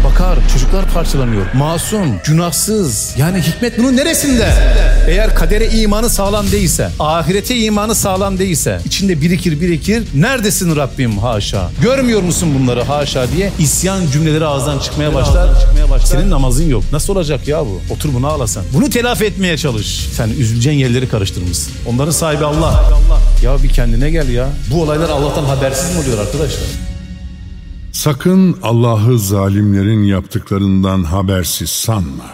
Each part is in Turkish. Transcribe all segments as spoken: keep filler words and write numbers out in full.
bakar çocuklar parçalanıyor. Masum, günahsız. Yani hikmet bunun neresinde? Eğer kadere imanı sağlam değilse, ahirete imanı sağlam değilse, içinde birikir birikir. Neredesin Rabbim haşa? Görmüyor musun bunları haşa diye isyan cümleleri ağızdan çıkmaya başlar. Senin namazın yok. Nasıl olacak ya bu? Otur bunu ağlasan. Bunu telafi etmeye çalış. Sen üzüleceğin yerleri karıştırmışsın. Onların sahibi Allah. Ya bir kendine gel ya. Bu olaylar Allah'tan habersiz mi oluyor arkadaşlar? Sakın Allah'ı zalimlerin yaptıklarından habersiz sanma.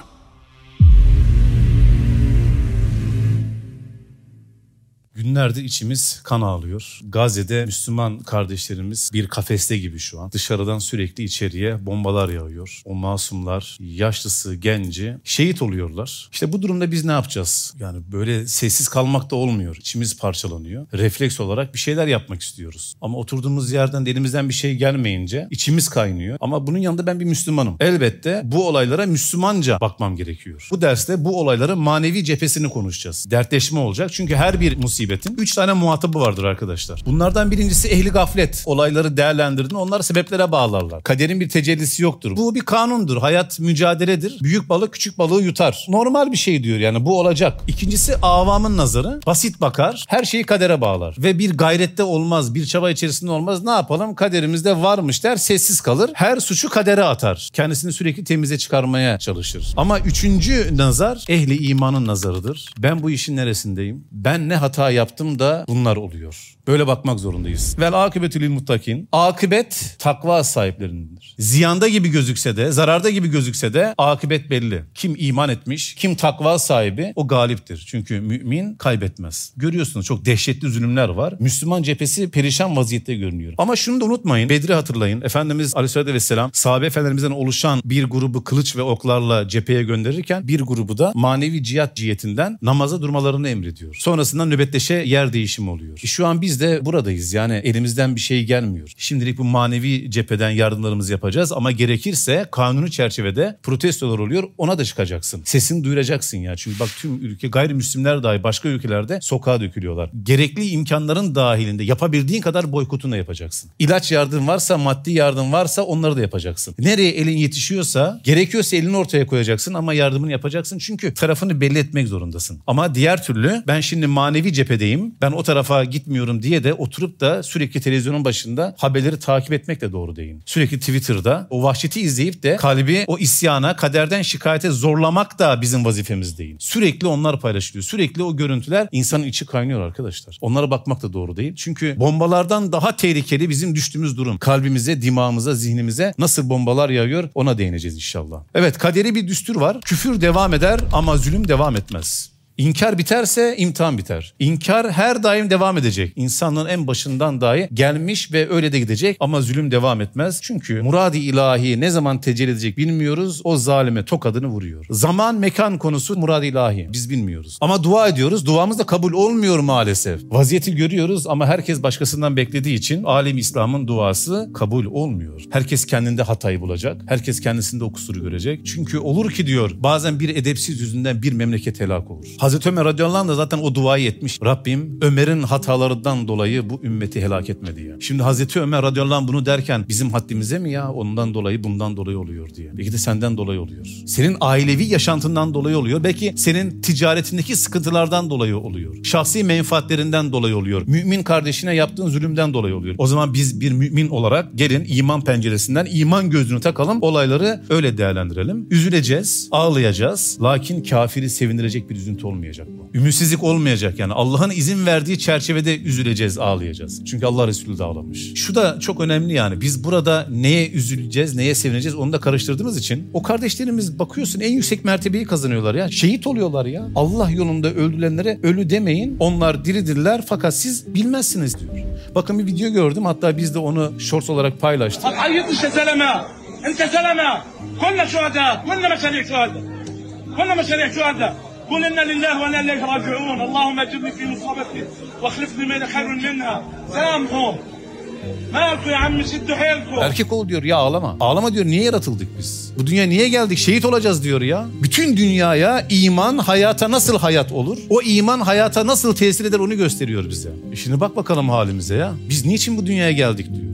Günlerdir içimiz kan ağlıyor. Gazze'de Müslüman kardeşlerimiz bir kafeste gibi şu an. Dışarıdan sürekli içeriye bombalar yağıyor. O masumlar, yaşlısı, genci şehit oluyorlar. İşte bu durumda biz ne yapacağız? Yani böyle sessiz kalmak da olmuyor. İçimiz parçalanıyor. Refleks olarak bir şeyler yapmak istiyoruz. Ama oturduğumuz yerden elimizden bir şey gelmeyince içimiz kaynıyor. Ama bunun yanında ben bir Müslümanım. Elbette bu olaylara Müslümanca bakmam gerekiyor. Bu derste bu olayların manevi cephesini konuşacağız. Dertleşme olacak. Çünkü her bir musibet üç tane muhatabı vardır arkadaşlar. Bunlardan birincisi ehli gaflet. Olayları değerlendirdin, onları sebeplere bağlarlar. Kaderin bir tecellisi yoktur. Bu bir kanundur. Hayat mücadeledir. Büyük balık küçük balığı yutar. Normal bir şey diyor yani, bu olacak. İkincisi avamın nazarı. Basit bakar, her şeyi kadere bağlar. Ve bir gayrette olmaz, bir çaba içerisinde olmaz. Ne yapalım? Kaderimizde varmış der, sessiz kalır. Her suçu kadere atar. Kendisini sürekli temize çıkarmaya çalışır. Ama üçüncü nazar ehli imanın nazarıdır. Ben bu işin neresindeyim? Ben ne hata yaptım da bunlar oluyor. Böyle bakmak zorundayız. Vel akıbetü lil muttakin. Akıbet takva sahiplerindendir. Ziyanda gibi gözükse de, zararda gibi gözükse de akıbet belli. Kim iman etmiş, kim takva sahibi o galiptir. Çünkü mümin kaybetmez. Görüyorsunuz çok dehşetli zulümler var. Müslüman cephesi perişan vaziyette görünüyor. Ama şunu da unutmayın. Bedri hatırlayın. Efendimiz Aleyhisselatü Vesselam sahabe efendilerimizden oluşan bir grubu kılıç ve oklarla cepheye gönderirken bir grubu da manevi cihat cihetinden namaza durmalarını emrediyor. Sonrasında nöbetleşe yer değişimi oluyor. E şu an biz de buradayız. Yani elimizden bir şey gelmiyor. Şimdilik bu manevi cepheden yardımlarımızı yapacağız ama gerekirse kanuni çerçevede protestolar oluyor. Ona da çıkacaksın. Sesini duyuracaksın ya. Çünkü bak tüm ülke gayrimüslimler dahi başka ülkelerde sokağa dökülüyorlar. Gerekli imkanların dahilinde yapabildiğin kadar boykotunu da yapacaksın. İlaç yardım varsa, maddi yardım varsa onları da yapacaksın. Nereye elin yetişiyorsa, gerekiyorsa elini ortaya koyacaksın ama yardımını yapacaksın. Çünkü tarafını belli etmek zorundasın. Ama diğer türlü ben şimdi manevi cephedeyim, ben o tarafa gitmiyorum diye de oturup da sürekli televizyonun başında haberleri takip etmek de doğru değil. Sürekli Twitter'da o vahşeti izleyip de kalbi o isyana, kaderden şikayete zorlamak da bizim vazifemiz değil. Sürekli onlar paylaşılıyor. Sürekli o görüntüler insanın içi kaynıyor arkadaşlar. Onlara bakmak da doğru değil. Çünkü bombalardan daha tehlikeli bizim düştüğümüz durum. Kalbimize, dimağımıza, zihnimize nasıl bombalar yağıyor ona değineceğiz inşallah. Evet, kaderi bir düstur var. Küfür devam eder ama zulüm devam etmez. İnkar biterse imtihan biter. İnkar her daim devam edecek. İnsanlığın en başından dahi gelmiş ve öyle de gidecek ama zulüm devam etmez. Çünkü murad-ı ilahi ne zaman tecelli edecek bilmiyoruz. O zalime tokadını vuruyor. Zaman, mekan konusu murad-ı ilahi. Biz bilmiyoruz. Ama dua ediyoruz. Duamız da kabul olmuyor maalesef. Vaziyeti görüyoruz ama herkes başkasından beklediği için alem İslam'ın duası kabul olmuyor. Herkes kendinde hatayı bulacak. Herkes kendisinde o kusuru görecek. Çünkü olur ki diyor bazen bir edepsiz yüzünden bir memleket helak olur. Hazreti Ömer radıyallahu anh da zaten o duayı etmiş. Rabbim Ömer'in hatalarından dolayı bu ümmeti helak etme diye. Şimdi Hazreti Ömer radıyallahu anh bunu derken bizim haddimize mi ya? Ondan dolayı bundan dolayı oluyor diye. Belki de senden dolayı oluyor. Senin ailevi yaşantından dolayı oluyor. Belki senin ticaretindeki sıkıntılardan dolayı oluyor. Şahsi menfaatlerinden dolayı oluyor. Mümin kardeşine yaptığın zulümden dolayı oluyor. O zaman biz bir mümin olarak gelin iman penceresinden iman gözünü takalım. Olayları öyle değerlendirelim. Üzüleceğiz, ağlayacağız. Lakin kafiri sevindirecek bir üzüntü olmayacak. Olmayacak bu. Ümitsizlik olmayacak yani. Allah'ın izin verdiği çerçevede üzüleceğiz, ağlayacağız. Çünkü Allah Resulü de ağlamış. Şu da çok önemli yani. Biz burada neye üzüleceğiz, neye sevineceğiz onu da karıştırdığımız için o kardeşlerimiz bakıyorsun en yüksek mertebeyi kazanıyorlar ya. Şehit oluyorlar ya. Allah yolunda öldürenlere ölü demeyin. Onlar diridirler fakat siz bilmezsiniz diyor. Bakın bir video gördüm. Hatta biz de onu shorts olarak paylaştık. عيط مش زلمه انت زلمه كلنا شهداء كلنا مشاريع شهداء كلنا مشاريع شهداء قل إنا لله وإنا إليه راجعون اللهم اجرني في مصيبتي واخلفني من خير منها سامحوا مالكم يا عم شدوا حيلكم. Erkek ol diyor ya, ağlama. Ağlama diyor, niye yaratıldık biz? Bu dünyaya niye geldik? Şehit olacağız diyor ya. Bütün dünyaya iman hayata nasıl hayat olur? O iman hayata nasıl tesir eder onu gösteriyor bize. E şimdi bak bakalım halimize ya. Biz niçin bu dünyaya geldik diyor.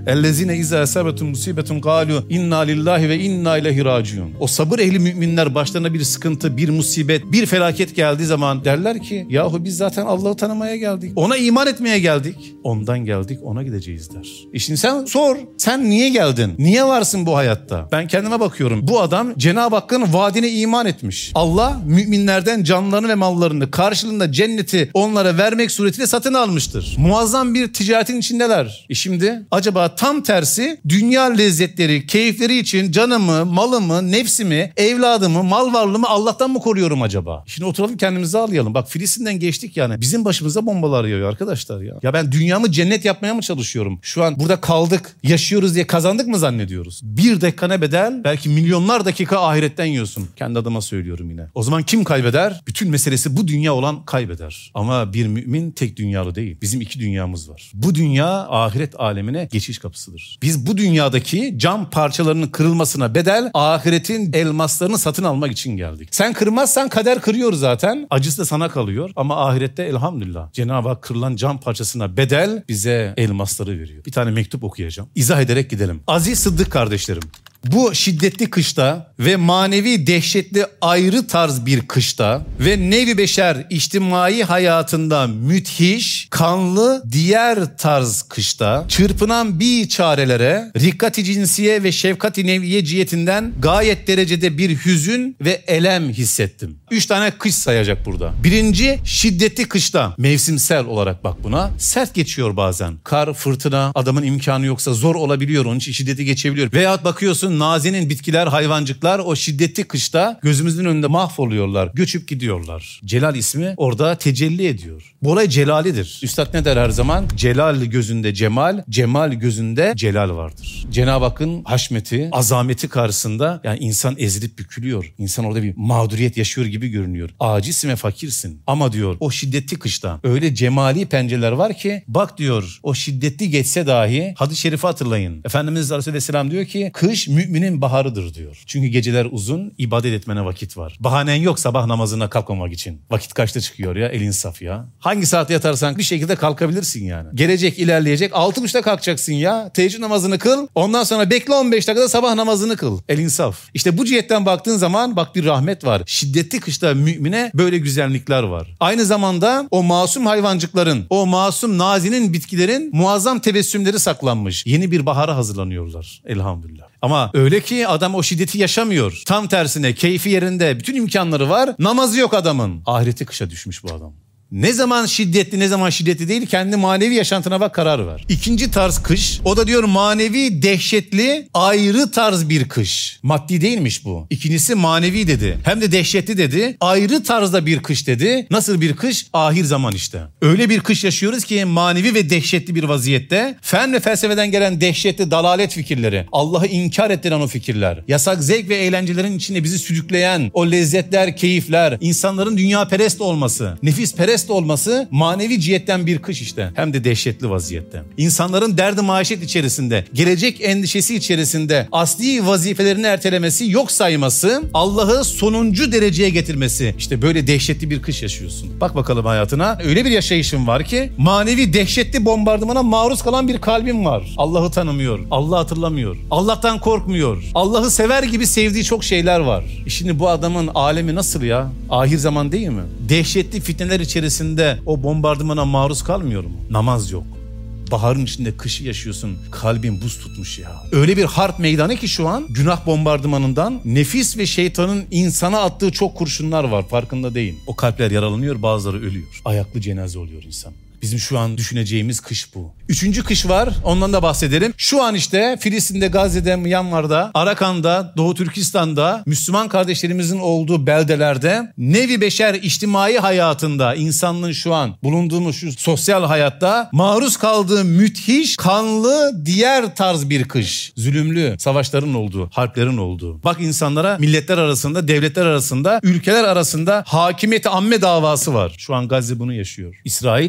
Ellezine izâ esâbetun musibetun kâlu inna lillahi ve inna ileyhi raciun. O sabır ehli müminler başlarına bir sıkıntı, bir musibet, bir felaket geldiği zaman derler ki yahu biz zaten Allah'ı tanımaya geldik. Ona iman etmeye geldik. Ondan geldik, ona gideceğiz der. E şimdi sen sor. Sen niye geldin? Niye varsın bu hayatta? Ben kendime bakıyorum. Bu adam Cenab-ı Hakk'ın vaadine iman etmiş. Allah müminlerden canlarını ve mallarını karşılığında cenneti onlara vermek suretiyle satın almıştır. Muazzam bir ticaretin içindeler. E şimdi acaba tam tersi dünya lezzetleri, keyifleri için canımı, malımı, nefsimi, evladımı, mal varlığımı Allah'tan mı koruyorum acaba? Şimdi oturalım kendimize ağlayalım. Bak Filistin'den geçtik yani. Bizim başımıza bombalar yağıyor arkadaşlar ya. Ya ben dünyamı cennet yapmaya mı çalışıyorum? Şu an burada kaldık, yaşıyoruz diye kazandık mı zannediyoruz? Bir dakika ne bedel? Belki milyonlar dakika ahiretten yiyorsun. Kendi adıma söylüyorum yine. O zaman kim kaybeder? Bütün meselesi bu dünya olan kaybeder. Ama bir mümin tek dünyalı değil. Bizim iki dünyamız var. Bu dünya ahiret alemine geçiş kapısıdır. Biz bu dünyadaki cam parçalarının kırılmasına bedel ahiretin elmaslarını satın almak için geldik. Sen kırmazsan kader kırıyor zaten. Acısı da sana kalıyor. Ama ahirette elhamdülillah Cenab-ı Hak kırılan cam parçasına bedel bize elmasları veriyor. Bir tane mektup okuyacağım. İzah ederek gidelim. Aziz Sıddık kardeşlerim. Bu şiddetli kışta ve manevi dehşetli ayrı tarz bir kışta ve nevi beşer içtimai hayatında müthiş, kanlı diğer tarz kışta çırpınan bir çarelere rikkati cinsiye ve şefkati nev'iye cihetinden gayet derecede bir hüzün ve elem hissettim. Üç tane kış sayacak burada. Birinci şiddetli kışta, mevsimsel olarak bak buna, sert geçiyor bazen. Kar, fırtına, adamın imkanı yoksa zor olabiliyor, onun için şiddeti geçebiliyor. Veyahut bakıyorsun nazenin bitkiler, hayvancıklar o şiddetli kışta gözümüzün önünde mahvoluyorlar, göçüp gidiyorlar. Celal ismi orada tecelli ediyor. Bu olay celalidir. Üstad ne der her zaman? Celal gözünde cemal, cemal gözünde celal vardır. Cenab-ı Hakk'ın haşmeti, azameti karşısında yani insan ezilip bükülüyor. İnsan orada bir mağduriyet yaşıyor gibi görünüyor. Acizsin ve fakirsin. Ama diyor o şiddetli kışta öyle cemali pencereler var ki bak diyor o şiddetli geçse dahi hadis-i şerifi hatırlayın. Efendimiz Aleyhisselam diyor ki kış müminin baharıdır diyor. Çünkü geceler uzun, ibadet etmene vakit var. Bahanen yok sabah namazına kalkmamak için. Vakit kaçta çıkıyor ya? El insaf ya. Hangi saatte yatarsan bir şekilde kalkabilirsin yani. Gelecek, ilerleyecek. Altı buçukta kalkacaksın ya. Teheccüd namazını kıl. Ondan sonra bekle on beş dakikada sabah namazını kıl. El insaf. İşte bu cihetten baktığın zaman bak bir rahmet var. Şiddetli kışta mümine böyle güzellikler var. Aynı zamanda o masum hayvancıkların, o masum nazinin bitkilerin muazzam tebessümleri saklanmış. Yeni bir bahara hazırlanıyorlar. Elhamdülillah. Ama öyle ki adam o şiddeti yaşamıyor. Tam tersine keyfi yerinde, bütün imkanları var. Namazı yok adamın. Ahireti kışa düşmüş bu adam. Ne zaman şiddetli ne zaman şiddetli değil kendi manevi yaşantına bak karar ver. İkinci tarz kış o da diyor manevi dehşetli ayrı tarz bir kış. Maddi değilmiş bu. İkincisi manevi dedi. Hem de dehşetli dedi. Ayrı tarzda bir kış dedi. Nasıl bir kış? Ahir zaman işte. Öyle bir kış yaşıyoruz ki manevi ve dehşetli bir vaziyette fen ve felsefeden gelen dehşetli dalalet fikirleri, Allah'ı inkar ettiren o fikirler, yasak zevk ve eğlencelerin içinde bizi sürükleyen o lezzetler, keyifler, insanların dünyaperest olması, nefisperest olması manevi cihetten bir kış işte. Hem de dehşetli vaziyette. İnsanların derdi maişet içerisinde, gelecek endişesi içerisinde asli vazifelerini ertelemesi, yok sayması, Allah'ı sonuncu dereceye getirmesi. İşte böyle dehşetli bir kış yaşıyorsun. Bak bakalım hayatına. Öyle bir yaşayışın var ki manevi dehşetli bombardımana maruz kalan bir kalbin var. Allah'ı tanımıyor, Allah'ı hatırlamıyor, Allah'tan korkmuyor, Allah'ı sever gibi sevdiği çok şeyler var. E şimdi bu adamın alemi nasıl ya? Ahir zaman değil mi? Dehşetli fitneler içerisinde o bombardımana maruz kalmıyor mu? Namaz yok. Baharın içinde kışı yaşıyorsun. Kalbin buz tutmuş ya. Öyle bir harp meydanı ki şu an günah bombardımanından nefis ve şeytanın insana attığı çok kurşunlar var. Farkında değil. O kalpler yaralanıyor, bazıları ölüyor. Ayaklı cenaze oluyor insan. Bizim şu an düşüneceğimiz kış bu. Üçüncü kış var, ondan da bahsedelim. Şu an işte Filistin'de, Gazze'de, Myanmar'da, Arakan'da, Doğu Türkistan'da, Müslüman kardeşlerimizin olduğu beldelerde nevi beşer içtimai hayatında, insanlığın şu an bulunduğumuz şu sosyal hayatta maruz kaldığı müthiş, kanlı, diğer tarz bir kış. Zulümlü savaşların olduğu, harplerin olduğu. Bak insanlara milletler arasında, devletler arasında, ülkeler arasında hakimiyeti amme davası var. Şu an Gazze bunu yaşıyor. İsrail hükmetmeye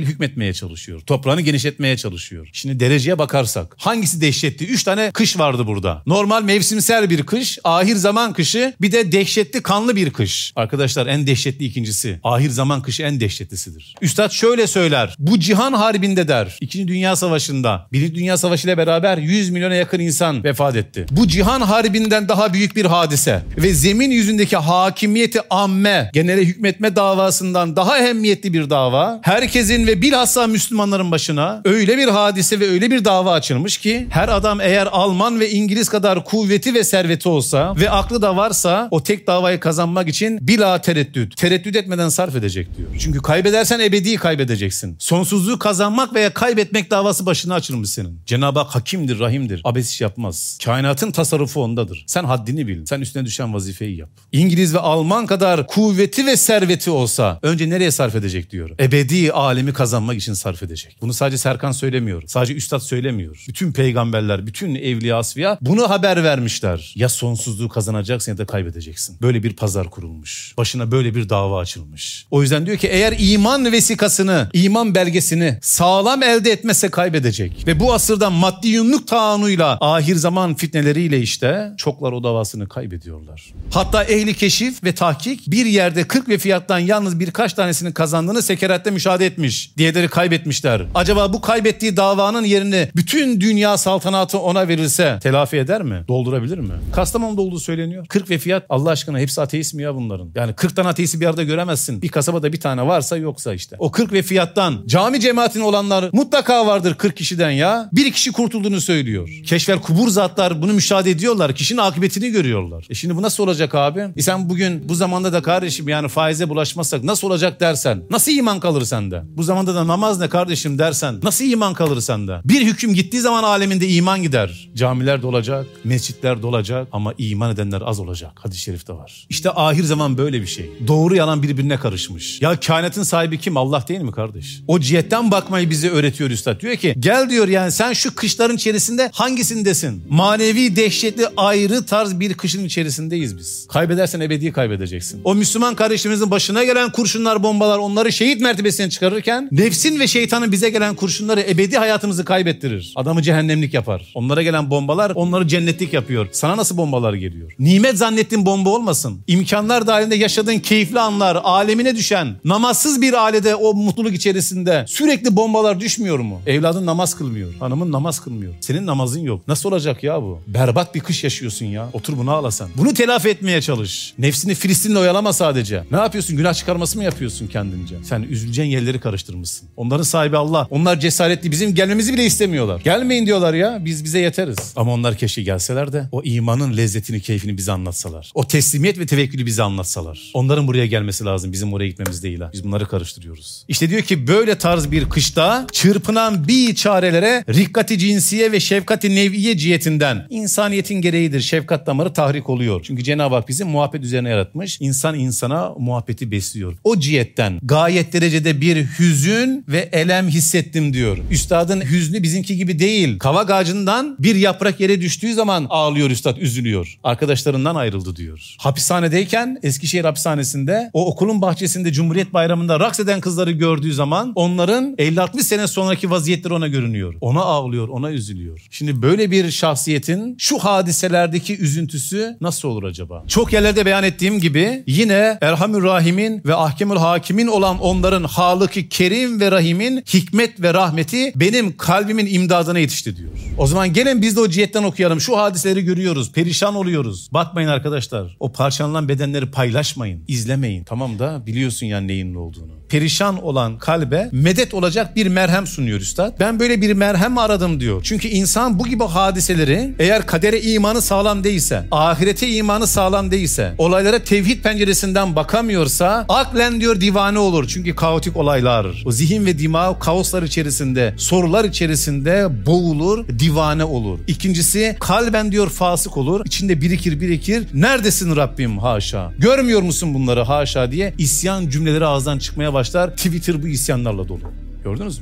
etmeye çalışıyor. Toprağını genişletmeye çalışıyor. Şimdi dereceye bakarsak hangisi dehşetli? Üç tane kış vardı burada. Normal mevsimsel bir kış, ahir zaman kışı, bir de dehşetli kanlı bir kış. Arkadaşlar en dehşetli ikincisi. Ahir zaman kışı en dehşetlisidir. Üstad şöyle söyler. Bu cihan harbinde der. İkinci Dünya Savaşı'nda, Birinci Dünya Savaşı ile beraber yüz milyona yakın insan vefat etti. Bu cihan harbinden daha büyük bir hadise ve zemin yüzündeki hakimiyeti amme, genele hükmetme davasından daha ehemmiyetli bir dava, herkesin ve bilhassa Müslümanların başına öyle bir hadise ve öyle bir dava açılmış ki her adam eğer Alman ve İngiliz kadar kuvveti ve serveti olsa ve aklı da varsa o tek davayı kazanmak için bila tereddüt, tereddüt etmeden sarf edecek diyor. Çünkü kaybedersen ebedi kaybedeceksin. Sonsuzluğu kazanmak veya kaybetmek davası başına açılmış senin. Cenab-ı Hak hakimdir, rahimdir. Abes iş yapmaz. Kainatın tasarrufu ondadır. Sen haddini bil. Sen üstüne düşen vazifeyi yap. İngiliz ve Alman kadar kuvveti ve serveti olsa önce nereye sarf edecek diyor. Ebedi alemi kazanmak için sarf edecek. Bunu sadece Serkan söylemiyor. Sadece Üstad söylemiyor. Bütün peygamberler, bütün evliya asfiya bunu haber vermişler. Ya sonsuzluğu kazanacaksın ya da kaybedeceksin. Böyle bir pazar kurulmuş. Başına böyle bir dava açılmış. O yüzden diyor ki eğer iman vesikasını, iman belgesini sağlam elde etmezse kaybedecek. Ve bu asırda maddi yunluk taanuyla, ahir zaman fitneleriyle işte çoklar o davasını kaybediyorlar. Hatta ehli keşif ve tahkik bir yerde kırk ve fiyattan yalnız birkaç tanesinin kazandığını sekeratte müşahede etmiş. Diğerleri kaybetmişler. Acaba bu kaybettiği davanın yerini bütün dünya saltanatı ona verilse telafi eder mi? Doldurabilir mi? Kastamonu'da olduğu söyleniyor. kırk ve fiyat Allah aşkına hepsi ateist mi ya bunların? Yani kırk tane ateisti bir arada göremezsin. Bir kasabada bir tane varsa yoksa işte. O kırk ve fiyattan cami cemaatine olanlar mutlaka vardır kırk kişiden ya. Bir kişi kurtulduğunu söylüyor. Keşfer kubur zatlar bunu müşahede ediyorlar. Kişinin akıbetini görüyorlar. E şimdi bu nasıl olacak abi? E sen bugün bu zamanda da kardeşim yani faize bulaşmazsak nasıl olacak dersen, nasıl iman kalır sende? Bu zamanda da namaz ne kardeşim dersen, nasıl iman kalır sende? Bir hüküm gittiği zaman aleminde iman gider. Camiler dolacak, mescitler dolacak ama iman edenler az olacak. Hadis-i şerifte var. İşte ahir zaman böyle bir şey. Doğru yalan birbirine karışmış. Ya kainatın sahibi kim? Allah değil mi kardeş? O cihetten bakmayı bize öğretiyor Üstad. Diyor ki gel diyor yani sen şu kışların içerisinde hangisindesin? Manevi dehşetli ayrı tarz bir kışın içerisindeyiz biz. Kaybedersen ebedi kaybedeceksin. O Müslüman kardeşlerimizin başına gelen kurşunlar, bombalar onları şehit mertebesine çıkarırken nefsin ve şeytanın bize gelen kurşunları ebedi hayatımızı kaybettirir. Adamı cehennemlik yapar. Onlara gelen bombalar onları cennetlik yapıyor. Sana nasıl bombalar geliyor? Nimet zannettiğin bomba olmasın. İmkanlar dahilinde yaşadığın keyifli anlar, alemine düşen, namazsız bir ailede o mutluluk içerisinde sürekli bombalar düşmüyor mu? Evladın namaz kılmıyor. Hanımın namaz kılmıyor. Senin namazın yok. Nasıl olacak ya bu? Berbat bir kış yaşıyorsun ya. Otur bunu ağla sen. Bunu telafi etmeye çalış. Nefsini Filistin'le oyalama sadece. Ne yapıyorsun? Günah çıkarması mı yapıyorsun kendince? Sen üzüleceğin yerleri karıştırmışsın. Onların sahibi Allah. Onlar cesaretli. Bizim gelmemizi bile istemiyorlar. Gelmeyin diyorlar ya. Biz bize yeteriz. Ama onlar keşke gelseler de o imanın lezzetini, keyfini bize anlatsalar. O teslimiyet ve tevekkülü bize anlatsalar. Onların buraya gelmesi lazım. Bizim oraya gitmemiz değil ha. Biz bunları karıştırıyoruz. İşte diyor ki böyle tarz bir kışta çırpınan bir çarelere rikkati cinsiye ve şefkati nev'iye cihetinden insaniyetin gereğidir. Şefkat damarı tahrik oluyor. Çünkü Cenab-ı Hak bizi muhabbet üzerine yaratmış. İnsan insana muhabbeti besliyor. O cihetten gayet derecede bir hüzün ve elem hissettim diyor. Üstadın hüznü bizimki gibi değil. Kavak ağacından bir yaprak yere düştüğü zaman ağlıyor üstad, üzülüyor. Arkadaşlarından ayrıldı diyor. Hapishanedeyken Eskişehir hapishanesinde o okulun bahçesinde Cumhuriyet Bayramı'nda raks eden kızları gördüğü zaman onların elli altmış sene sonraki vaziyetleri ona görünüyor. Ona ağlıyor, ona üzülüyor. Şimdi böyle bir şahsiyetin şu hadiselerdeki üzüntüsü nasıl olur acaba? Çok yerlerde beyan ettiğim gibi yine Erhamür Rahim'in ve Ahkemül Hakim'in olan onların Halık-ı Kerim ve Rahim'in hikmet ve rahmeti benim kalbimin imdadına yetişti diyor. O zaman gelin biz de o cihetten okuyalım. Şu hadiseleri görüyoruz, perişan oluyoruz. Bakmayın arkadaşlar, o parçalanan bedenleri paylaşmayın, izlemeyin. Tamam da biliyorsun yani neyin ne olduğunu. Perişan olan kalbe medet olacak bir merhem sunuyor üstad. Ben böyle bir merhem aradım diyor. Çünkü insan bu gibi hadiseleri eğer kadere imanı sağlam değilse, ahirete imanı sağlam değilse, olaylara tevhid penceresinden bakamıyorsa aklen diyor divane olur. Çünkü kaotik olaylar, o zihin ve dima kaoslar içerisinde, sorular içerisinde boğulur, divane olur. İkincisi kalben diyor fasık olur. İçinde birikir birikir. Neredesin Rabbim? Haşa. Görmüyor musun bunları? Haşa diye isyan cümleleri ağızdan çıkmaya başlar. Twitter bu isyanlarla dolu. Gördünüz mü?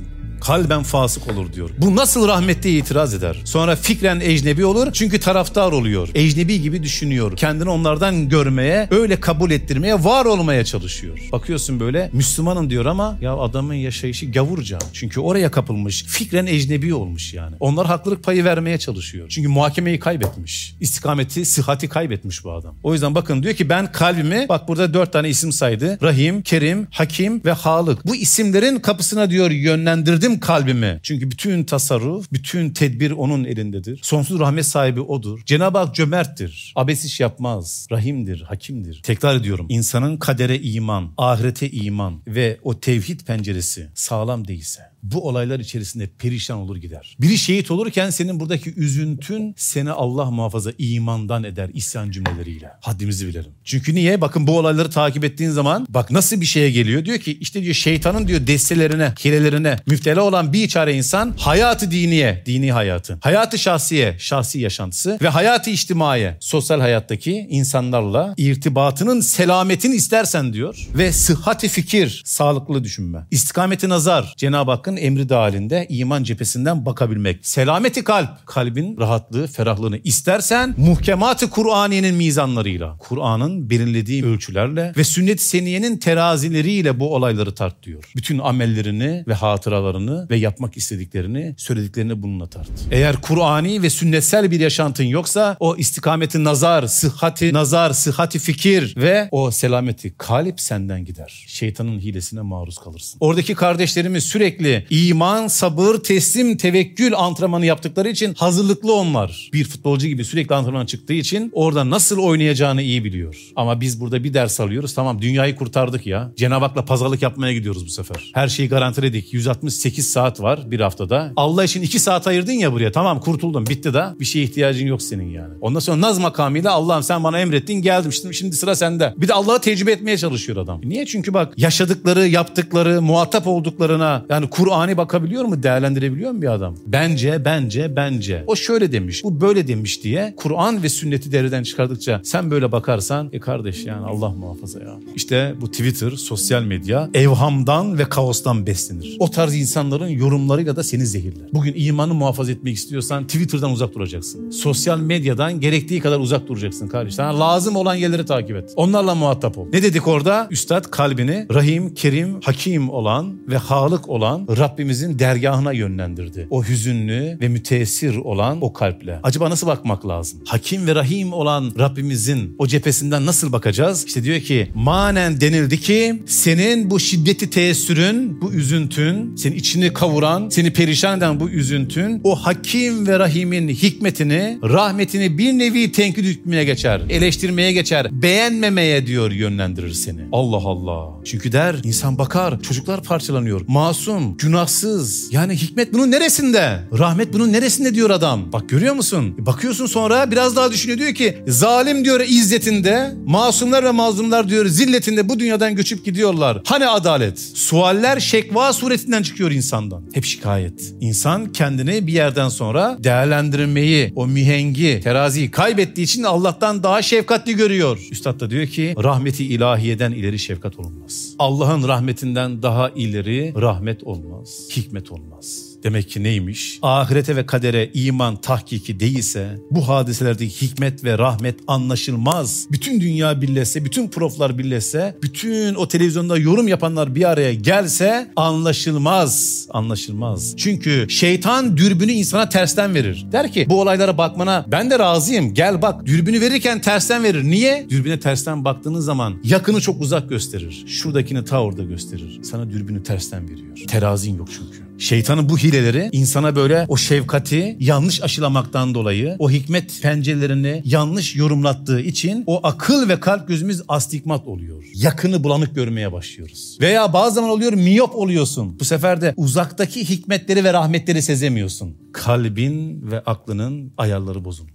kalben fasık olur diyor. Bu nasıl rahmet diye itiraz eder. Sonra fikren ecnebi olur çünkü taraftar oluyor. Ecnebi gibi düşünüyor. Kendini onlardan görmeye, öyle kabul ettirmeye, var olmaya çalışıyor. Bakıyorsun böyle Müslümanım diyor ama ya adamın yaşayışı gavurca. Çünkü oraya kapılmış. Fikren ecnebi olmuş yani. Onlar haklılık payı vermeye çalışıyor. Çünkü muhakemeyi kaybetmiş. İstikameti, sıhhati kaybetmiş bu adam. O yüzden bakın diyor ki ben kalbimi, bak burada dört tane isim saydı. Rahim, Kerim, Hakim ve Halık. Bu isimlerin kapısına diyor yönlendirdim kalbimi. Çünkü bütün tasarruf, bütün tedbir onun elindedir. Sonsuz rahmet sahibi odur. Cenab-ı Hak cömerttir. Abes iş yapmaz. Rahimdir, hakimdir. Tekrar ediyorum. İnsanın kadere iman, ahirete iman ve o tevhid penceresi sağlam değilse bu olaylar içerisinde perişan olur gider. Biri şehit olurken senin buradaki üzüntün seni Allah muhafaza imandan eder isyan cümleleriyle. Haddimizi bilelim. Çünkü niye? Bakın bu olayları takip ettiğin zaman bak nasıl bir şeye geliyor. Diyor ki işte diyor şeytanın diyor destelerine, hilelerine müptela olan bir çare insan hayatı diniye, dini hayatı, hayatı şahsiye, şahsi yaşantısı ve hayatı içtimaiye, sosyal hayattaki insanlarla irtibatının selametini istersen diyor ve sıhhati fikir, sağlıklı düşünme, istikameti nazar, Cenab-ı Hakk'ın emri dahilinde iman cephesinden bakabilmek. Selameti kalp, kalbin rahatlığı, ferahlığını istersen muhkemat-ı Kur'aniyenin mizanlarıyla, Kur'an'ın belirlediği ölçülerle ve sünnet-i seniyenin terazileriyle bu olayları tart diyor. Bütün amellerini ve hatıralarını ve yapmak istediklerini, söylediklerini bununla tart. Eğer Kur'ani ve sünnetsel bir yaşantın yoksa o istikameti nazar, sıhhati nazar, sıhhati fikir ve o selameti kalp senden gider. Şeytanın hilesine maruz kalırsın. Oradaki kardeşlerimiz sürekli iman, sabır, teslim, tevekkül antrenmanı yaptıkları için hazırlıklı onlar. Bir futbolcu gibi sürekli antrenman çıktığı için orada nasıl oynayacağını iyi biliyor. Ama biz burada bir ders alıyoruz. Tamam dünyayı kurtardık ya. Cenab-ı Hak'la pazarlık yapmaya gidiyoruz bu sefer. Her şeyi garantiledik. yüz altmış sekiz saat var bir haftada. Allah için iki saat ayırdın ya buraya. Tamam kurtuldun bitti de bir şeye ihtiyacın yok senin yani. Ondan sonra naz makamıyla Allah'ım sen bana emrettin geldim şimdi, şimdi sıra sende. Bir de Allah'ı tecrübe etmeye çalışıyor adam. Niye? Çünkü bak yaşadıkları, yaptıkları, muhatap olduklarına yani Kur'an'ı bakabiliyor mu? Değerlendirebiliyor mu bir adam? Bence, bence, bence. O şöyle demiş, bu böyle demiş diye Kur'an ve sünneti devreden çıkardıkça sen böyle bakarsan e kardeş yani Allah muhafaza ya. İşte bu Twitter, sosyal medya evhamdan ve kaostan beslenir. O tarz insanların yorumlarıyla da seni zehirler. Bugün imanı muhafaza etmek istiyorsan Twitter'dan uzak duracaksın. Sosyal medyadan gerektiği kadar uzak duracaksın kardeş. Sana lazım olan yerleri takip et. Onlarla muhatap ol. Ne dedik orada? Üstad kalbini Rahim, Kerim, Hakim olan ve Halık olan Rabbimizin dergahına yönlendirdi. O hüzünlü ve müteessir olan o kalple. Acaba nasıl bakmak lazım? Hakim ve Rahim olan Rabbimizin o cephesinden nasıl bakacağız? İşte diyor ki manen denildi ki senin bu şiddeti teessürün, bu üzüntün, senin içini kavuran, seni perişan eden bu üzüntün o Hakim ve Rahim'in hikmetini, rahmetini bir nevi tenkit hükmüne geçer, eleştirmeye geçer, beğenmemeye diyor yönlendirir seni. Allah Allah. Çünkü der insan bakar çocuklar parçalanıyor. Masum, günahsız. Yani hikmet bunun neresinde? Rahmet bunun neresinde diyor adam. Bak görüyor musun? Bakıyorsun sonra biraz daha düşünüyor diyor ki zalim diyor izzetinde, masumlar ve mazlumlar diyor zilletinde bu dünyadan göçüp gidiyorlar. Hani adalet? Sualler şekva suretinden çıkıyor insandan. Hep şikayet. İnsan kendini bir yerden sonra değerlendirmeyi, o mihengi, teraziyi kaybettiği için Allah'tan daha şefkatli görüyor. Üstad da diyor ki rahmeti ilahiyeden ileri şefkat olmaz. Allah'ın rahmetinden daha ileri rahmet olmaz, hikmet olmaz. Demek ki neymiş? Ahirete ve kadere iman tahkiki değilse bu hadiselerdeki hikmet ve rahmet anlaşılmaz. Bütün dünya birleşse, bütün proflar birleşse, bütün o televizyonda yorum yapanlar bir araya gelse anlaşılmaz. Anlaşılmaz. Çünkü şeytan dürbünü insana tersten verir. Der ki bu olaylara bakmana ben de razıyım. Gel bak. Dürbünü verirken tersten verir. Niye? Dürbüne tersten baktığınız zaman yakını çok uzak gösterir. Şuradakini ta orada gösterir. Sana dürbünü tersten veriyor. Terazin yok çünkü. Şeytanın bu hileleri insana böyle o şefkati yanlış aşılamaktan dolayı o hikmet pencerelerini yanlış yorumlattığı için o akıl ve kalp gözümüz astigmat oluyor. Yakını bulanık görmeye başlıyoruz. Veya bazı zaman oluyor miyop oluyorsun. Bu sefer de uzaktaki hikmetleri ve rahmetleri sezemiyorsun. Kalbin ve aklının ayarları bozulmuş.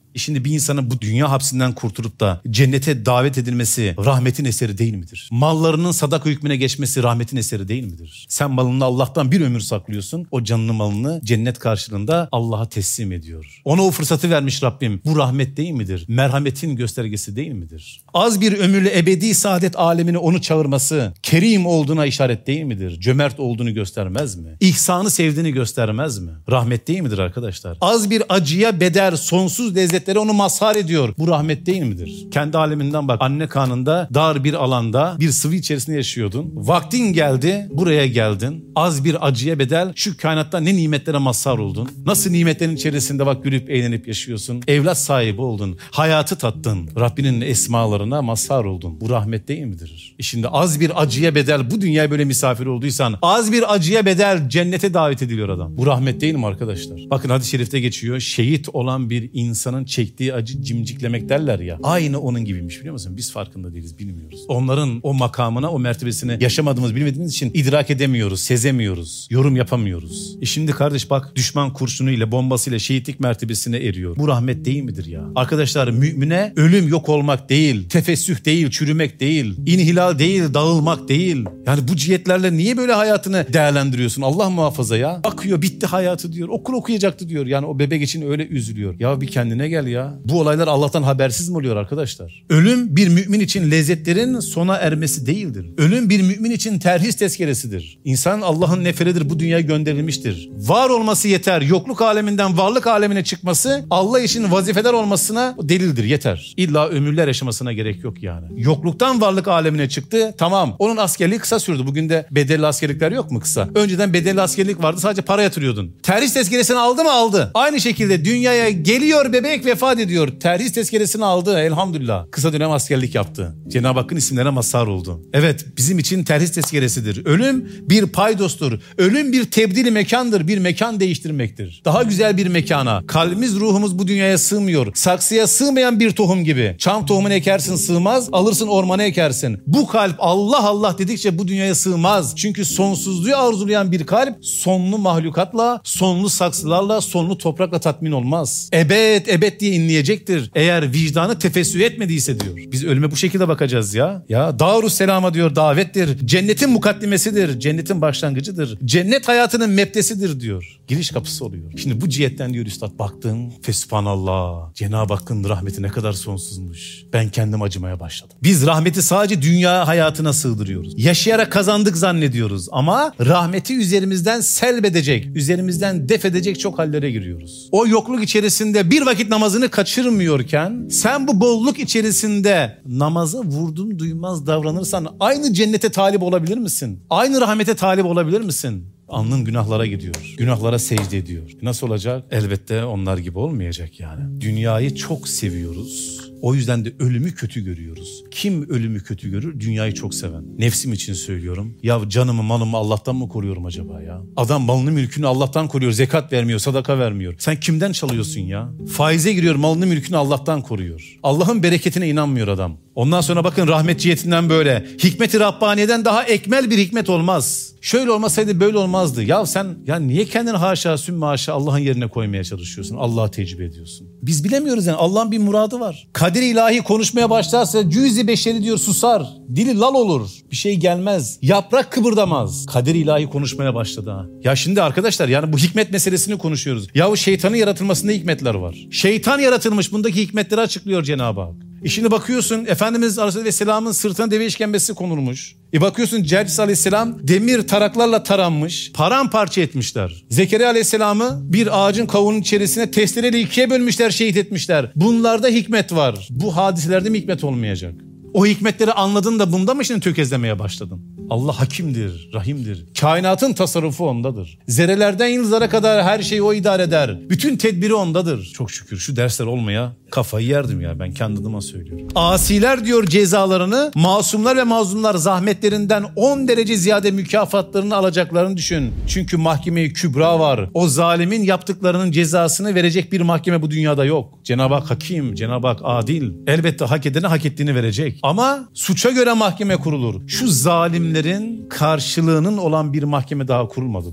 Şimdi bir insanın bu dünya hapsinden kurtulup da cennete davet edilmesi rahmetin eseri değil midir? Mallarının sadaka hükmüne geçmesi rahmetin eseri değil midir? Sen malını Allah'tan bir ömür saklıyorsun. O canını malını cennet karşılığında Allah'a teslim ediyor. Ona o fırsatı vermiş Rabbim. Bu rahmet değil midir? Merhametin göstergesi değil midir? Az bir ömürle ebedi saadet alemine onu çağırması kerim olduğuna işaret değil midir? Cömert olduğunu göstermez mi? İhsanı sevdiğini göstermez mi? Rahmet değil midir arkadaşlar? Az bir acıya bedel sonsuz lezzetleri onu mazhar ediyor. Bu rahmet değil midir? Kendi aleminden bak. Anne karnında dar bir alanda bir sıvı içerisinde yaşıyordun. Vaktin geldi, buraya geldin. Az bir acıya bedel şu kainatta ne nimetlere mazhar oldun. Nasıl nimetlerin içerisinde bak gülüp eğlenip yaşıyorsun. Evlat sahibi oldun. Hayatı tattın. Rabbinin esmalarına mazhar oldun. Bu rahmet değil midir? E şimdi az bir acıya bedel bu dünyaya böyle misafir olduysan az bir acıya bedel cennete davet ediliyor adam. Bu rahmet değil mi arkadaşlar? Bakın hadis-i şerifte geçiyor. Şehit olan bir insanın çektiği acı cimciklemek derler ya. Aynı onun gibiymiş biliyor musun? Biz farkında değiliz, bilmiyoruz. Onların o makamına, o mertebesine yaşamadığımız, bilmediğimiz için idrak edemiyoruz, sezemiyoruz, yorum yapamıyoruz. E şimdi kardeş bak düşman kurşunuyla, bombasıyla şehitlik mertebesine eriyor. Bu rahmet değil midir ya? Arkadaşlar mümine ölüm yok olmak değil, tefessüh değil, çürümek değil, inhilal değil, dağılmak değil. Yani bu cihetlerle niye böyle hayatını değerlendiriyorsun? Allah muhafaza ya. Bakıyor bitti hayatı diyor. Okul okuyacaktı diyor. Yani o bebek için öyle üzülüyor. Ya bir kendine gel ya. Bu olaylar Allah'tan habersiz mi oluyor arkadaşlar? Ölüm bir mümin için lezzetlerin sona ermesi değildir. Ölüm bir mümin için terhis tezkeresidir. İnsan Allah'ın neferidir, bu dünyaya gönderilmiştir. Var olması yeter. Yokluk aleminden varlık alemine çıkması Allah için vazifedar olmasına delildir, yeter. İlla ömürler yaşamasına gerek yok yani. Yokluktan varlık alemine çıktı, tamam. Onun askerliği kısa sürdü. Bugün de bedelli askerlikler yok mu kısa? Önceden bedelli askerlik vardı, sadece para yatırıyordun. Terhis tezkeresini aldı mı? Aldı. Aynı şekilde dünyaya geliyor bebek, vefat ediyor. Terhis tezkeresini aldı elhamdülillah. Kısa dönem askerlik yaptı. Cenab-ı Hakk'ın isimlerine mazhar oldu. Evet, bizim için terhis tezkeresidir. Ölüm bir paydostur. Ölüm bir tebdili mekandır. Bir mekan değiştirmektir. Daha güzel bir mekana. Kalbimiz, ruhumuz bu dünyaya sığmıyor. Saksıya sığmayan bir tohum gibi. Çam tohumunu ekersin sığmaz, alırsın ormana ekersin. Bu kalp Allah Allah dedikçe bu dünyaya sığmaz. Çünkü sonsuzluğu arzulayan bir kalp sonlu mahlukatla, sonlu saksılarla, sonlu toprakla tatmin olmaz. Ebed, ebed diye inleyecektir. Eğer vicdanı tefessüh etmediyse diyor. Biz ölüme bu şekilde bakacağız ya. Ya Darusselam'a diyor davettir. Cennetin mukaddimesidir. Cennetin başlangıcıdır. Cennet hayatının mebdesidir diyor. Giriş kapısı oluyor. Şimdi bu cihetten diyor üstad baktın. Fesubhanallah. Cenab-ı Hakk'ın rahmeti ne kadar sonsuzmuş. Ben kendim acımaya başladım. Biz rahmeti sadece dünya hayatına sığdırıyoruz. Yaşayarak kazandık zannediyoruz. Ama rahmeti üzerimizden selbedecek, üzerimizden def edecek çok hallere giriyoruz. O yokluk içerisinde bir vakit namazını kaçırmıyorken sen bu bolluk içerisinde namazı vurdum duymaz davranırsan aynı cennete talip olabilir misin? Aynı rahmete talip olabilir misin? Alnın günahlara gidiyor. Günahlara secde ediyor. Nasıl olacak? Elbette onlar gibi olmayacak yani. Dünyayı çok seviyoruz. O yüzden de ölümü kötü görüyoruz. Kim ölümü kötü görür? Dünyayı çok seven. Nefsim için söylüyorum. Ya canımı malımı Allah'tan mı koruyorum acaba ya? Adam malını mülkünü Allah'tan koruyor. Zekat vermiyor, sadaka vermiyor. Sen kimden çalıyorsun ya? Faize giriyor, malını mülkünü Allah'tan koruyor. Allah'ın bereketine inanmıyor adam. Ondan sonra bakın rahmet cihetinden böyle. Hikmet-i Rabbaniye'den daha ekmel bir hikmet olmaz. Şöyle olmasaydı böyle olmazdı. Ya sen ya niye kendini haşa sümme haşa Allah'ın yerine koymaya çalışıyorsun? Allah'a tecrübe ediyorsun. Biz bilemiyoruz yani. Allah'ın bir muradı var. Kadir ilahi konuşmaya başlarsa cüz-i beşeri diyor susar. Dili lal olur. Bir şey gelmez. Yaprak kıpırdamaz. Kadir ilahi konuşmaya başladı ha. Ya şimdi arkadaşlar yani bu hikmet meselesini konuşuyoruz. Yahu şeytanın yaratılmasında hikmetler var. Şeytan yaratılmış, bundaki hikmetleri açıklıyor Cenab-ı Hak. E şimdi bakıyorsun Efendimiz Aleyhisselam'ın sırtına deve işkembesi konulmuş. E bakıyorsun Cercis Aleyhisselam demir taraklarla taranmış. Paramparça etmişler. Zekeriya Aleyhisselam'ı bir ağacın kavuğunun içerisine testereyle ikiye bölmüşler, şehit etmişler. Bunlarda hikmet var. Bu hadiselerde mi hikmet olmayacak? O hikmetleri anladın da bunda mı şimdi tökezlemeye başladın? Allah hakimdir, rahimdir. Kainatın tasarrufu ondadır. Zerrelerden yıldızlara kadar her şeyi o idare eder. Bütün tedbiri ondadır. Çok şükür şu dersler olmaya kafayı yerdim ya, ben kendi adıma söylüyorum. Asiler diyor cezalarını, masumlar ve mazlumlar zahmetlerinden on derece ziyade mükafatlarını alacaklarını düşün. Çünkü mahkeme-i kübra var. O zalimin yaptıklarının cezasını verecek bir mahkeme bu dünyada yok. Cenab-ı Hak hakim, Cenab-ı Hak adil. Elbette hak edene hak ettiğini verecek. Ama suça göre mahkeme kurulur. Şu zalimlerin karşılığının olan bir mahkeme daha kurulmadı burada.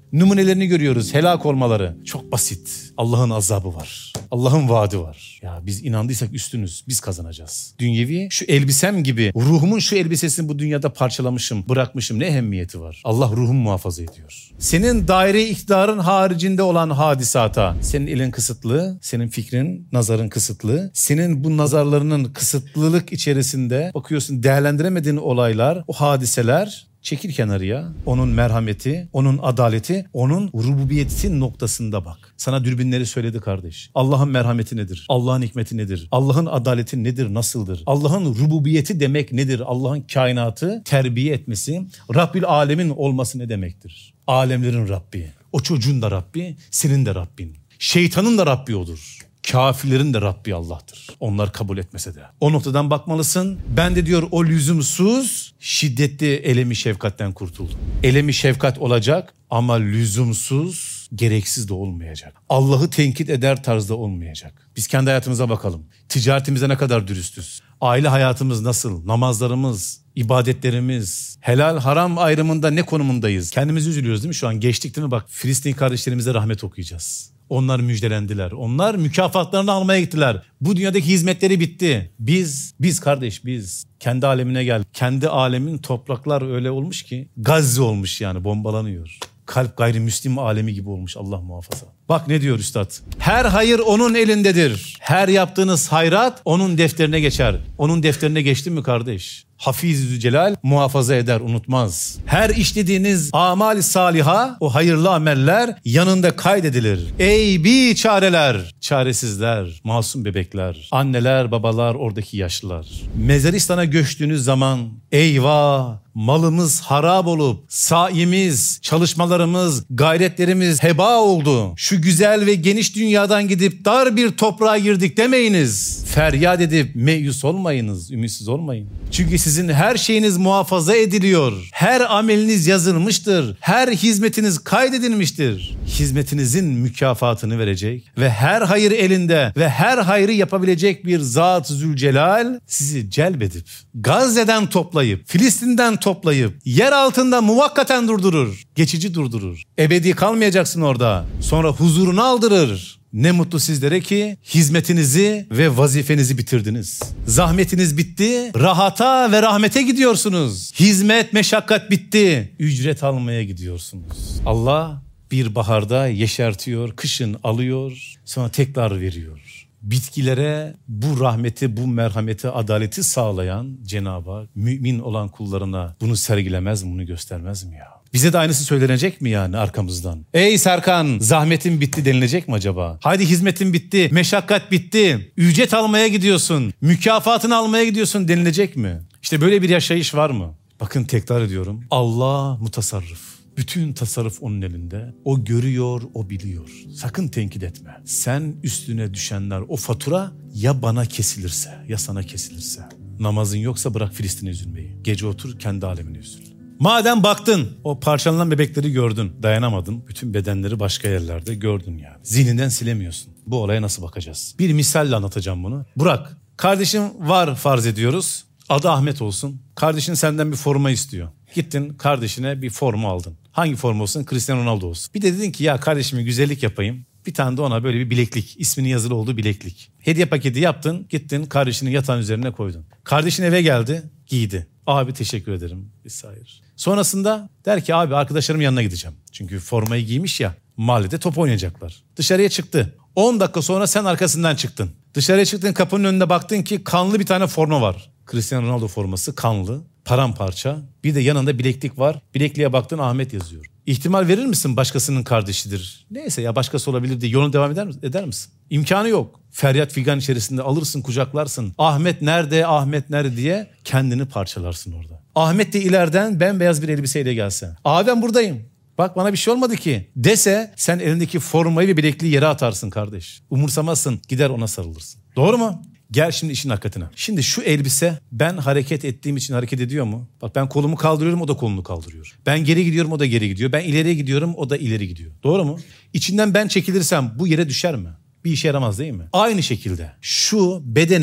Numunelerini görüyoruz, helak olmaları. Çok basit. Allah'ın azabı var. Allah'ın vaadi var. Ya biz inandıysak üstünüz. Biz kazanacağız. Dünyevi şu elbisem gibi ruhumun şu elbisesini bu dünyada parçalamışım, bırakmışım. Ne ehemmiyeti var? Allah ruhumu muhafaza ediyor. Senin daire iktidarın haricinde olan hadisata senin elin kısıtlı, senin fikrin, nazarın kısıtlı. Senin bu nazarlarının kısıtlılık içerisinde bakıyorsun değerlendiremediğin olaylar, o hadiseler. Çekil kenarıya. Onun merhameti, onun adaleti, onun rububiyeti noktasında bak. Sana dürbünleri söyledi kardeş. Allah'ın merhameti nedir? Allah'ın hikmeti nedir? Allah'ın adaleti nedir? Nasıldır? Allah'ın rububiyeti demek nedir? Allah'ın kainatı terbiye etmesi, Rabbil alemin olması ne demektir? Alemlerin Rabbi. O çocuğun da Rabbi, senin de Rabbin. Şeytanın da Rabbi odur. Kafirlerin de Rabbi Allah'tır. Onlar kabul etmese de. O noktadan bakmalısın. Ben de diyor o lüzumsuz şiddetli elemi şefkatten kurtuldum. Elemi şefkat olacak ama lüzumsuz, gereksiz de olmayacak. Allah'ı tenkit eder tarzda olmayacak. Biz kendi hayatımıza bakalım. Ticaretimizde ne kadar dürüstüz? Aile hayatımız nasıl? Namazlarımız, ibadetlerimiz, helal haram ayrımında ne konumundayız? Kendimizi üzülüyoruz değil mi şu an? Geçtik değil mi? Bak Filistin kardeşlerimize rahmet okuyacağız. Onlar müjdelendiler. Onlar mükafatlarını almaya gittiler. Bu dünyadaki hizmetleri bitti. Biz, biz kardeş biz kendi alemine gel. Kendi alemin topraklar öyle olmuş ki Gazze olmuş yani bombalanıyor. Kalp gayrimüslim alemi gibi olmuş Allah muhafaza. Bak ne diyor üstad? Her hayır onun elindedir. Her yaptığınız hayrat onun defterine geçer. Onun defterine geçti mi kardeş? Hafiz-i Celal muhafaza eder, unutmaz. Her işlediğiniz amali saliha, o hayırlı ameller yanında kaydedilir. Ey biçareler, çaresizler, masum bebekler, anneler, babalar, oradaki yaşlılar. Mezaristan'a göçtüğünüz zaman eyvah, malımız harap olup, saimiz, çalışmalarımız, gayretlerimiz heba oldu. Şu güzel ve geniş dünyadan gidip dar bir toprağa girdik demeyiniz. Feryat edip meyus olmayınız, ümitsiz olmayın. Çünkü sizin her şeyiniz muhafaza ediliyor. Her ameliniz yazılmıştır. Her hizmetiniz kaydedilmiştir. Hizmetinizin mükafatını verecek ve her hayır elinde ve her hayrı yapabilecek bir Zat-ı Zülcelal sizi celbedip, Gazze'den toplayıp, Filistin'den toplayıp, yer altında muvakkaten durdurur. Geçici durdurur. Ebedi kalmayacaksın orada. Sonra huzurunu aldırır. Ne mutlu sizlere ki hizmetinizi ve vazifenizi bitirdiniz. Zahmetiniz bitti, rahata ve rahmete gidiyorsunuz. Hizmet, meşakkat bitti, ücret almaya gidiyorsunuz. Allah bir baharda yeşertiyor, kışın alıyor, sonra tekrar veriyor. Bitkilere bu rahmeti, bu merhameti, adaleti sağlayan Cenab-ı Hak mümin olan kullarına bunu sergilemez mi, bunu göstermez mi ya? Bize de aynısı söylenecek mi yani arkamızdan? Ey Serkan, zahmetin bitti denilecek mi acaba? Haydi hizmetin bitti, meşakkat bitti, ücret almaya gidiyorsun, mükafatını almaya gidiyorsun denilecek mi? İşte böyle bir yaşayış var mı? Bakın tekrar ediyorum. Allah mutasarrıf. Bütün tasarruf onun elinde. O görüyor, o biliyor. Sakın tenkit etme. Sen üstüne düşenler, o fatura ya bana kesilirse, ya sana kesilirse. Namazın yoksa bırak Filistin'e üzülmeyi. Gece otur kendi alemine üzül. Madem baktın, o parçalanan bebekleri gördün, dayanamadın. Bütün bedenleri başka yerlerde gördün yani. Zihninden silemiyorsun. Bu olaya nasıl bakacağız? Bir misalle anlatacağım bunu. Burak, kardeşim var farz ediyoruz. Adı Ahmet olsun. Kardeşin senden bir forma istiyor. Gittin kardeşine bir forma aldın. Hangi forma olsun? Cristiano Ronaldo olsun. Bir de dedin ki ya kardeşime güzellik yapayım. Bir tane de ona böyle bir bileklik, isminin yazılı olduğu bileklik. Hediye paketi yaptın, gittin kardeşinin yatağın üzerine koydun. Kardeşin eve geldi, giydi. Abi teşekkür ederim vesaire. Sonrasında der ki abi arkadaşlarımın yanına gideceğim. Çünkü formayı giymiş ya, mahallede top oynayacaklar. Dışarıya çıktı. on dakika sonra sen arkasından çıktın. Dışarıya çıktın, kapının önünde baktın ki kanlı bir tane forma var. Cristiano Ronaldo forması, kanlı, paramparça. Bir de yanında bileklik var. Bilekliğe baktın, Ahmet yazıyor. İhtimal verir misin başkasının kardeşidir? Neyse ya başkası olabilir diye yoluna devam eder, eder misin? İmkanı yok. Feryat figan içerisinde alırsın, kucaklarsın. Ahmet nerede, Ahmet nerede diye kendini parçalarsın orada. Ahmet de ileriden bembeyaz bir elbiseyle gelse. Abi ben buradayım. Bak bana bir şey olmadı ki dese, sen elindeki formayı ve bilekliği yere atarsın kardeş. Umursamazsın, gider ona sarılırsın. Doğru mu? Gel şimdi işin hakikatine. Şimdi şu elbise ben hareket ettiğim için hareket ediyor mu? Bak ben kolumu kaldırıyorum, o da kolunu kaldırıyor. Ben geri gidiyorum, o da geri gidiyor. Ben ileriye gidiyorum, o da ileri gidiyor. Doğru mu? İçinden ben çekilirsem bu yere düşer mi? Bir işe yaramaz değil mi? Aynı şekilde şu bedenim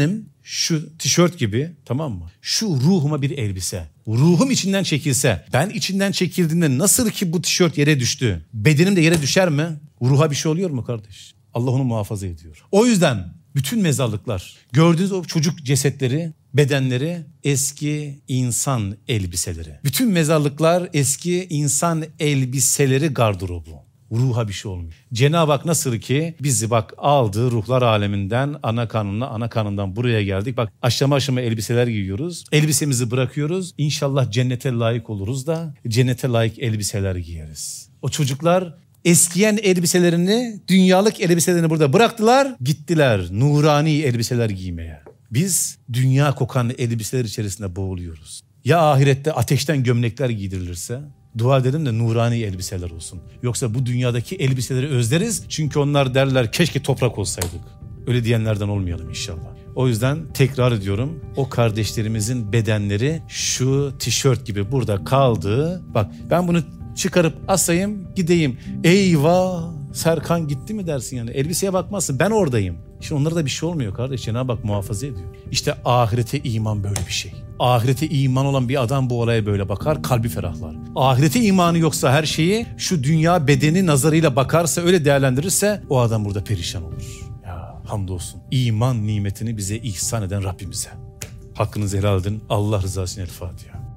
şu tişört gibi, tamam mı? Şu ruhuma bir elbise. Ruhum içinden çekilse, ben içinden çekildiğinde nasıl ki bu tişört yere düştü, bedenim de yere düşer mi? Ruha bir şey oluyor mu kardeş? Allah onu muhafaza ediyor. O yüzden bütün mezarlıklar, gördüğünüz o çocuk cesetleri, bedenleri eski insan elbiseleri. Bütün mezarlıklar eski insan elbiseleri gardırobu. Ruha bir şey olmuyor. Cenab-ı Hak nasıl ki bizi bak aldı ruhlar aleminden, ana kanununa, ana kanından buraya geldik. Bak aşama aşama elbiseler giyiyoruz. Elbisemizi bırakıyoruz. İnşallah cennete layık oluruz da cennete layık elbiseler giyeriz. O çocuklar eskiyen elbiselerini, dünyalık elbiselerini burada bıraktılar. Gittiler nurani elbiseler giymeye. Biz dünya kokan elbiseler içerisinde boğuluyoruz. Ya ahirette ateşten gömlekler giydirilirse? Dua edelim de nurani elbiseler olsun. Yoksa bu dünyadaki elbiseleri özleriz. Çünkü onlar derler keşke toprak olsaydık. Öyle diyenlerden olmayalım inşallah. O yüzden tekrar ediyorum. O kardeşlerimizin bedenleri şu tişört gibi burada kaldı. Bak ben bunu çıkarıp asayım gideyim. Eyvah Serkan gitti mi dersin yani. Elbiseye bakmazsın, ben oradayım. Şimdi onlara da bir şey olmuyor kardeş. Cenab-ı Hak muhafaza ediyor. İşte ahirete iman böyle bir şey. Ahirete iman olan bir adam bu olaya böyle bakar, kalbi ferahlar. Ahirete imanı yoksa her şeyi şu dünya bedeni nazarıyla bakarsa, öyle değerlendirirse o adam burada perişan olur. Ya hamdolsun. İman nimetini bize ihsan eden Rabbimize. Hakkınızı helal edin. Allah rızası için El Fatiha.